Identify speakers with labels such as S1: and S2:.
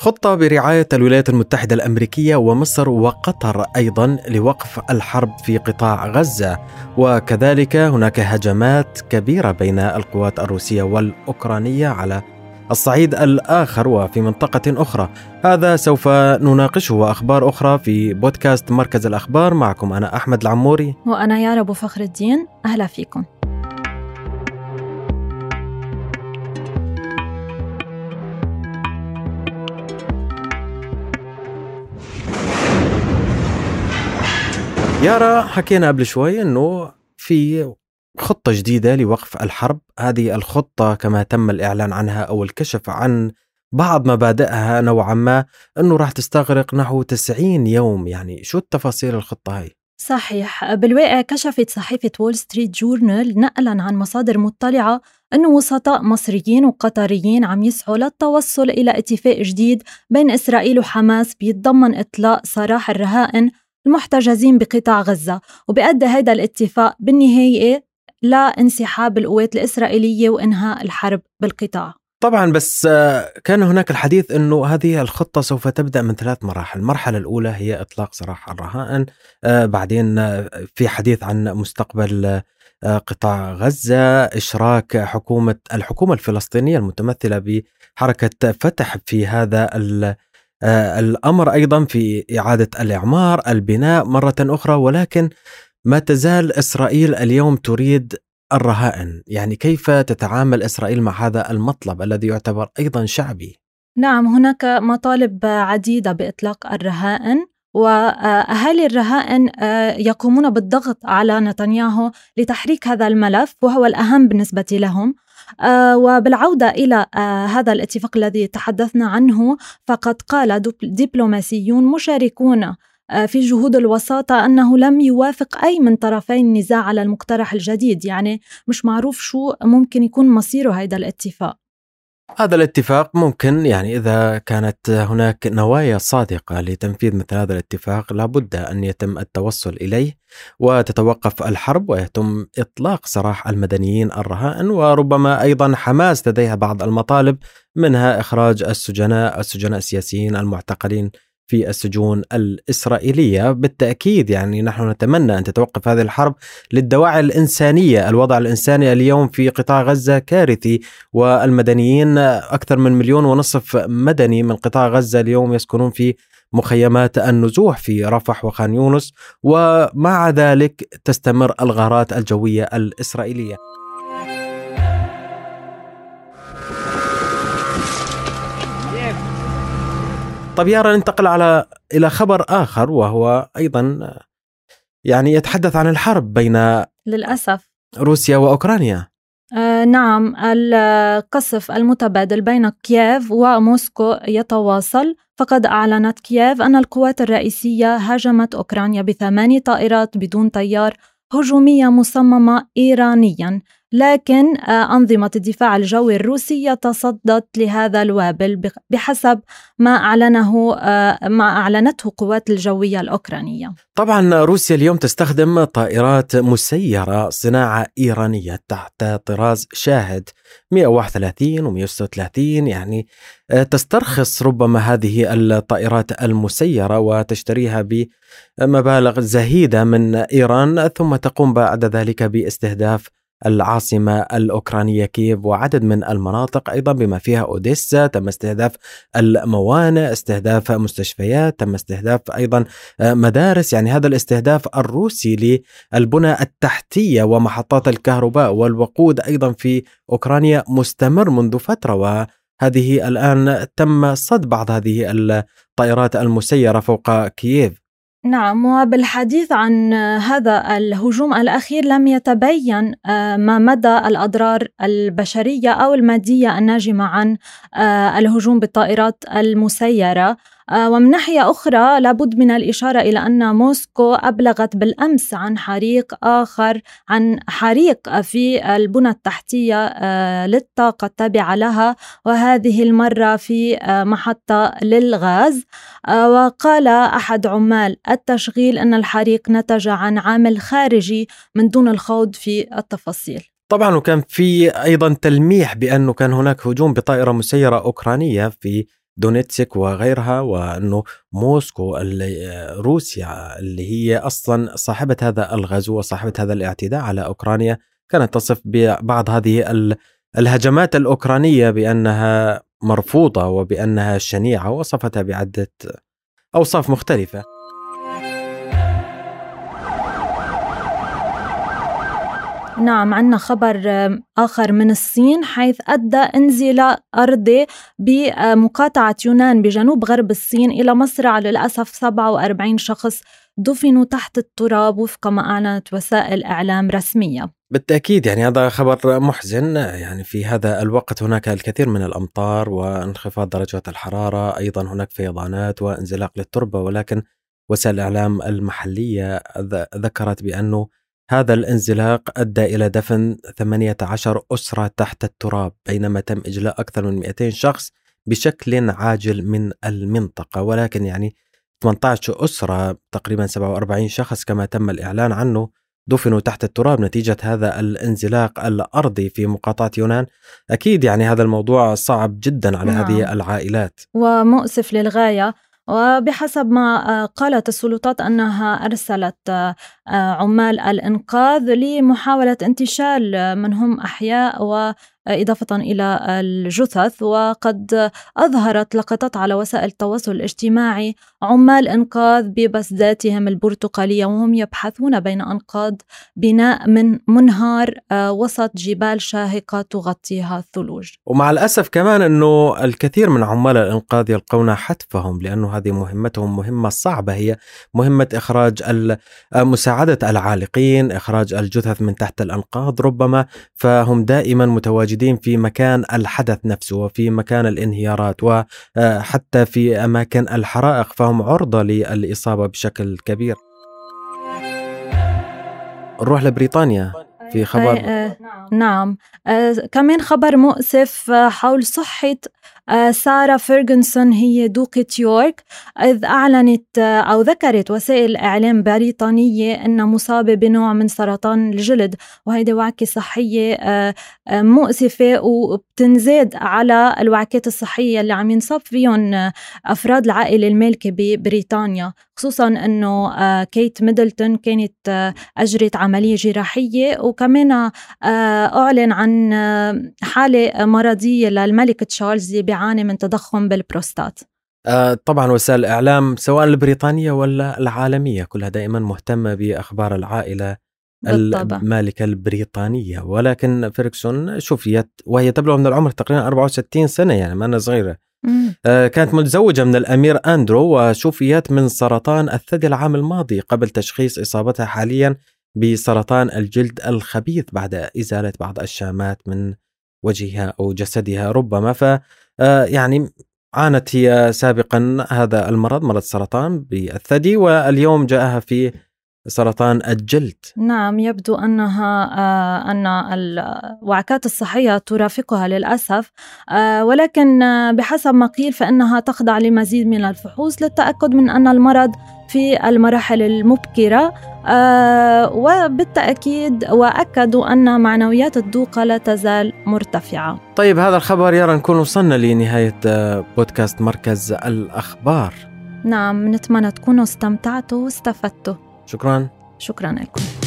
S1: خطة برعاية الولايات المتحدة الأمريكية ومصر وقطر أيضا لوقف الحرب في قطاع غزة، وكذلك هناك هجمات كبيرة بين القوات الروسية والأوكرانية على الصعيد الآخر وفي منطقة أخرى. هذا سوف نناقشه وأخبار أخرى في بودكاست مركز الأخبار. معكم أنا أحمد العموري
S2: وأنا يارا أبو فخر الدين. أهلا فيكم.
S1: يارا، حكينا قبل شوي أنه في خطة جديدة لوقف الحرب. هذه الخطة كما تم الإعلان عنها أو الكشف عن بعض مبادئها نوعا ما أنه راح تستغرق نحو 90 يوم. يعني شو التفاصيل الخطة هاي؟
S2: صحيح، بالواقع كشفت صحيفة وول ستريت جورنال نقلا عن مصادر مطلعة أنه وسطاء مصريين وقطريين عم يسعوا للتوصل إلى اتفاق جديد بين إسرائيل وحماس بيتضمن إطلاق سراح الرهائن المحتجزين بقطاع غزة، وبيؤدي هذا الاتفاق بالنهاية لانسحاب القوات الإسرائيلية وإنهاء الحرب بالقطاع.
S1: طبعا، بس كان هناك الحديث أنه هذه الخطة سوف تبدأ من 3 مراحل. المرحلة الأولى هي إطلاق سراح الرهائن، بعدين في حديث عن مستقبل قطاع غزة، إشراك الحكومة الفلسطينية المتمثلة بحركة فتح في هذا الأمر، أيضا في إعادة الإعمار البناء مرة أخرى. ولكن ما تزال إسرائيل اليوم تريد الرهائن. يعني كيف تتعامل إسرائيل مع هذا المطلب الذي يعتبر أيضا شعبي؟
S2: نعم، هناك مطالب عديدة بإطلاق الرهائن، وأهالي الرهائن يقومون بالضغط على نتنياهو لتحريك هذا الملف وهو الأهم بالنسبة لهم. وبالعودة إلى هذا الاتفاق الذي تحدثنا عنه، فقد قال دبلوماسيون مشاركون في جهود الوساطة أنه لم يوافق أي من طرفي النزاع على المقترح الجديد. يعني مش معروف شو ممكن يكون مصيره هذا الاتفاق.
S1: هذا الاتفاق ممكن، يعني إذا كانت هناك نوايا صادقة لتنفيذ مثل هذا الاتفاق، لابد أن يتم التوصل إليه وتتوقف الحرب ويتم إطلاق سراح المدنيين الرهائن. وربما أيضا حماس لديها بعض المطالب، منها إخراج السجناء السياسيين المعتقلين في السجون الإسرائيلية. بالتأكيد يعني نحن نتمنى أن تتوقف هذه الحرب للدواعي الإنسانية. الوضع الإنساني اليوم في قطاع غزة كارثي، والمدنيين أكثر من 1.5 مليون مدني من قطاع غزة اليوم يسكنون في مخيمات النزوح في رفح وخان يونس، ومع ذلك تستمر الغارات الجوية الإسرائيلية. طب يارا، ننتقل إلى خبر آخر، وهو أيضا يعني يتحدث عن الحرب بين
S2: للأسف
S1: روسيا وأوكرانيا.
S2: نعم، القصف المتبادل بين كييف وموسكو يتواصل. فقد أعلنت كييف أن القوات الرئيسية هاجمت أوكرانيا ب8 طائرات بدون طيار هجومية مصممة إيرانيا، لكن أنظمة الدفاع الجوي الروسية تصدت لهذا الوابل بحسب ما أعلنته قوات الجوية الأوكرانية.
S1: طبعا روسيا اليوم تستخدم طائرات مسيرة صناعة إيرانية تحت طراز شاهد 131 و136. يعني تسترخص ربما هذه الطائرات المسيرة وتشتريها بمبالغ زهيدة من إيران، ثم تقوم بعد ذلك باستهداف العاصمة الأوكرانية كييف وعدد من المناطق أيضا بما فيها أوديسا. تم استهداف الموانئ، استهداف مستشفيات، تم استهداف أيضا مدارس. يعني هذا الاستهداف الروسي للبنى التحتية ومحطات الكهرباء والوقود أيضا في أوكرانيا مستمر منذ فترة، وهذه الآن تم صد بعض هذه الطائرات المسيرة فوق كييف.
S2: نعم، وبالحديث عن هذا الهجوم الأخير لم يتبين ما مدى الأضرار البشرية أو المادية الناجمة عن الهجوم بالطائرات المسيرة. ومن ناحية أخرى لابد من الإشارة إلى أن موسكو أبلغت بالأمس عن حريق في البنى التحتية للطاقة التابعة لها، وهذه المرة في محطة للغاز. وقال أحد عمال التشغيل أن الحريق نتج عن عامل خارجي من دون الخوض في التفاصيل.
S1: طبعا، وكان في أيضا تلميح بأنه كان هناك هجوم بطائرة مسيرة أوكرانية في دونيتسك وغيرها، وأنه موسكو روسيا اللي هي أصلا صاحبة هذا الغزو وصاحبة هذا الاعتداء على أوكرانيا كانت تصف ببعض هذه الهجمات الأوكرانية بأنها مرفوضة وبأنها شنيعة، ووصفتها بعدة أوصاف مختلفة.
S2: نعم، عندنا خبر آخر من الصين، حيث أدى انزلاق أرضي بمقاطعة يونان بجنوب غرب الصين إلى مصرع للأسف 47 شخص دفنوا تحت التراب وفق ما أعلنت وسائل إعلام رسمية.
S1: بالتأكيد يعني هذا خبر محزن. يعني في هذا الوقت هناك الكثير من الأمطار وانخفاض درجات الحرارة، أيضا هناك فيضانات وانزلاق للتربة، ولكن وسائل الإعلام المحلية ذكرت بأنه هذا الانزلاق أدى إلى دفن 18 أسرة تحت التراب، بينما تم إجلاء أكثر من 200 شخص بشكل عاجل من المنطقة. ولكن يعني 18 أسرة تقريبا 47 شخص كما تم الإعلان عنه دفنوا تحت التراب نتيجة هذا الانزلاق الأرضي في مقاطعة يونان. أكيد يعني هذا الموضوع صعب جدا على هذه العائلات
S2: ومؤسف للغاية. وبحسب ما قالت السلطات أنها أرسلت عمال الإنقاذ لمحاولة انتشال من هم أحياء وإضافة إلى الجثث. وقد أظهرت لقطات على وسائل التواصل الاجتماعي عمال إنقاذ ببسداتهم البرتقالية وهم يبحثون بين أنقاض بناء من منهار وسط جبال شاهقة تغطيها الثلوج.
S1: ومع الأسف كمان أنه الكثير من عمال الإنقاذ يلقون حتفهم، لأنه هذه مهمتهم مهمة صعبة، هي مهمة إخراج مساعدة العالقين، إخراج الجثث من تحت الأنقاض ربما، فهم دائما متواجدين في مكان الحدث نفسه وفي مكان الانهيارات وحتى في أماكن الحرائق، فهم عرضة للإصابة بشكل كبير. نروح لبريطانيا في خبر
S2: نعم كمان خبر مؤسف حول صحة سارة فيرغسون، هي دوقة يورك، إذ أعلنت أو ذكرت وسائل إعلام بريطانية أنها مصابة بنوع من سرطان الجلد، وهيدي وعكة صحية مؤسفة وبتنزاد على الوعكات الصحية اللي عم ينصاب فيهم أفراد العائلة المالكة ببريطانيا، خصوصا أنه كيت ميدلتون كانت أجرت عملية جراحية، وكمان أعلن عن حالة مرضية للملك تشارلز اللي بيعاني من تضخم بالبروستات.
S1: طبعا وسائل الإعلام سواء البريطانية ولا العالمية كلها دائما مهتمة بأخبار العائلة
S2: بالطبع.
S1: المالكة البريطانية، ولكن فيرغسون شفيت وهي تبلغ من العمر تقريبا 64 سنة، يعني ما أنا صغيرة. كانت متزوجة من الأمير أندرو وشفيت من سرطان الثدي العام الماضي قبل تشخيص إصابتها حاليا بسرطان الجلد الخبيث بعد إزالة بعض الشامات من وجهها أو جسدها ربما. يعني عانت هي سابقا هذا المرض، مرض سرطان بالثدي، واليوم جاءها في سرطان الجلد.
S2: نعم، يبدو أن الوعكات الصحية ترافقها للأسف، ولكن بحسب ما قيل فإنها تخضع لمزيد من الفحوص للتأكد من أن المرض في المراحل المبكرة، وبالتأكيد وأكدوا أن معنويات الدوقة لا تزال مرتفعة.
S1: طيب هذا الخبر يرى نكون وصلنا لنهاية بودكاست مركز الأخبار.
S2: نعم، نتمنى تكونوا استمتعتوا واستفدتوا.
S1: شكرا
S2: لكم.